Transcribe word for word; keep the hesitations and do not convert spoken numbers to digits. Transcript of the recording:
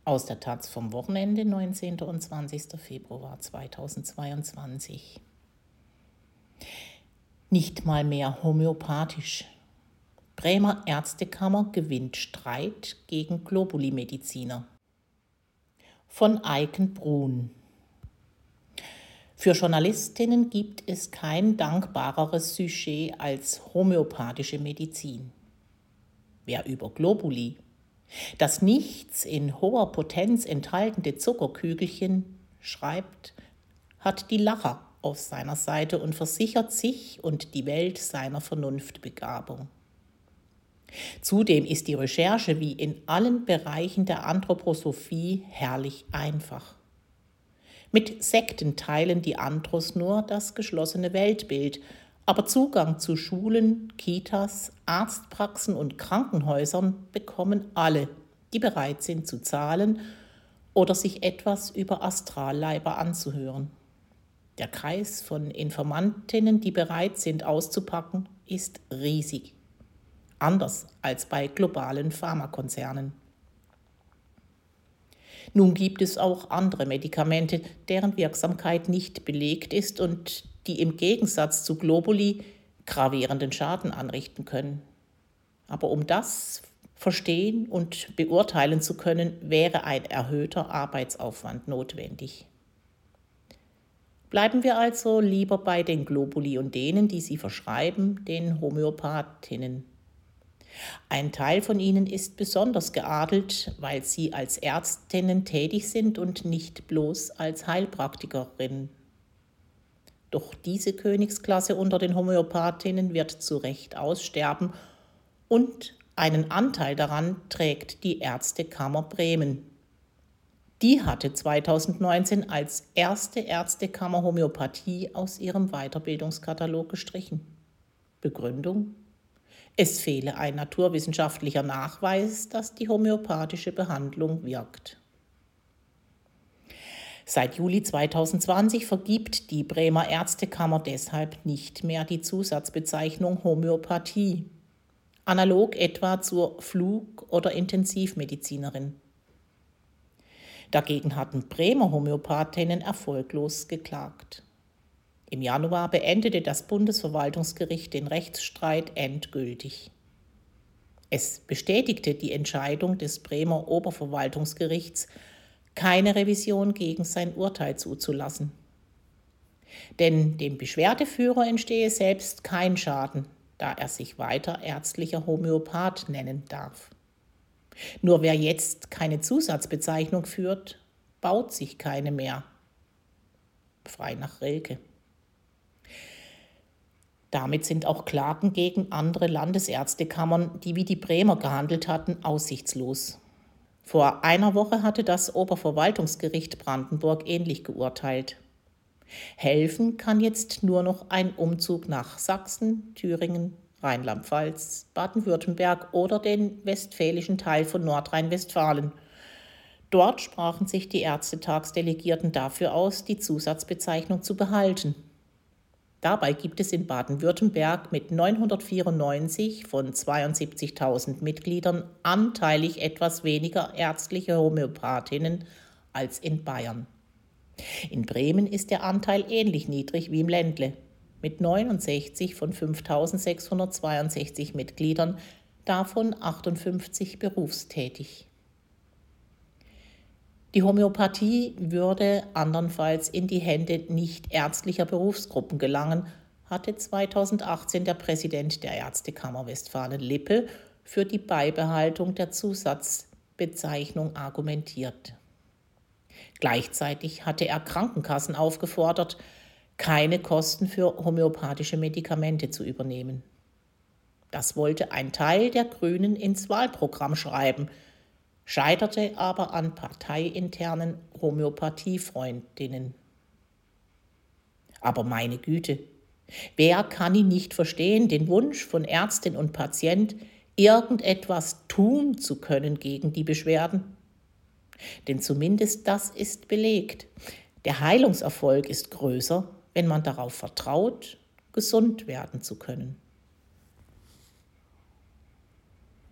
Aus der Taz vom Wochenende, neunzehnten und zwanzigsten Februar zweitausendzweiundzwanzig. Nicht mal mehr homöopathisch. Bremer Ärztekammer gewinnt Streit gegen Globuli-Mediziner. Von Aiken Brun. Für Journalistinnen gibt es kein dankbareres Sujet als homöopathische Medizin. Wer über Globuli, das nichts in hoher Potenz enthaltende Zuckerkügelchen, schreibt, hat die Lacher auf seiner Seite und versichert sich und die Welt seiner Vernunftbegabung. Zudem ist die Recherche wie in allen Bereichen der Anthroposophie herrlich einfach. Mit Sekten teilen die Anthros nur das geschlossene Weltbild, aber Zugang zu Schulen, Kitas, Arztpraxen und Krankenhäusern bekommen alle, die bereit sind zu zahlen oder sich etwas über Astralleiber anzuhören. Der Kreis von Informantinnen, die bereit sind auszupacken, ist riesig. Anders als bei globalen Pharmakonzernen. Nun gibt es auch andere Medikamente, deren Wirksamkeit nicht belegt ist und die im Gegensatz zu Globuli gravierenden Schaden anrichten können. Aber um das verstehen und beurteilen zu können, wäre ein erhöhter Arbeitsaufwand notwendig. Bleiben wir also lieber bei den Globuli und denen, die sie verschreiben, den Homöopathinnen. Ein Teil von ihnen ist besonders geadelt, weil sie als Ärztinnen tätig sind und nicht bloß als Heilpraktikerinnen. Doch diese Königsklasse unter den Homöopathinnen wird zu Recht aussterben und einen Anteil daran trägt die Ärztekammer Bremen. Die hatte zweitausendneunzehn als erste Ärztekammer Homöopathie aus ihrem Weiterbildungskatalog gestrichen. Begründung? Es fehle ein naturwissenschaftlicher Nachweis, dass die homöopathische Behandlung wirkt. Seit Juli zweitausendzwanzig vergibt die Bremer Ärztekammer deshalb nicht mehr die Zusatzbezeichnung Homöopathie, analog etwa zur Flug- oder Intensivmedizinerin. Dagegen hatten Bremer Homöopathinnen erfolglos geklagt. Im Januar beendete das Bundesverwaltungsgericht den Rechtsstreit endgültig. Es bestätigte die Entscheidung des Bremer Oberverwaltungsgerichts, keine Revision gegen sein Urteil zuzulassen. Denn dem Beschwerdeführer entstehe selbst kein Schaden, da er sich weiter ärztlicher Homöopath nennen darf. Nur wer jetzt keine Zusatzbezeichnung führt, baut sich keine mehr. Frei nach Rilke. Damit sind auch Klagen gegen andere Landesärztekammern, die wie die Bremer gehandelt hatten, aussichtslos. Vor einer Woche hatte das Oberverwaltungsgericht Brandenburg ähnlich geurteilt. Helfen kann jetzt nur noch ein Umzug nach Sachsen, Thüringen, Rheinland-Pfalz, Baden-Württemberg oder den westfälischen Teil von Nordrhein-Westfalen. Dort sprachen sich die Ärztetagsdelegierten dafür aus, die Zusatzbezeichnung zu behalten. Dabei gibt es in Baden-Württemberg mit neunhundertvierundneunzig von zweiundsiebzigtausend Mitgliedern anteilig etwas weniger ärztliche Homöopathinnen als in Bayern. In Bremen ist der Anteil ähnlich niedrig wie im Ländle, mit neunundsechzig von fünftausendsechshundertzweiundsechzig Mitgliedern, davon achtundfünfzig berufstätig. Die Homöopathie würde andernfalls in die Hände nicht ärztlicher Berufsgruppen gelangen, hatte zweitausendachtzehn der Präsident der Ärztekammer Westfalen-Lippe für die Beibehaltung der Zusatzbezeichnung argumentiert. Gleichzeitig hatte er Krankenkassen aufgefordert, keine Kosten für homöopathische Medikamente zu übernehmen. Das wollte ein Teil der Grünen ins Wahlprogramm schreiben, scheiterte aber an parteiinternen Homöopathiefreundinnen. Aber meine Güte, wer kann ihn nicht verstehen, den Wunsch von Ärztin und Patient, irgendetwas tun zu können gegen die Beschwerden? Denn zumindest das ist belegt. Der Heilungserfolg ist größer, wenn man darauf vertraut, gesund werden zu können.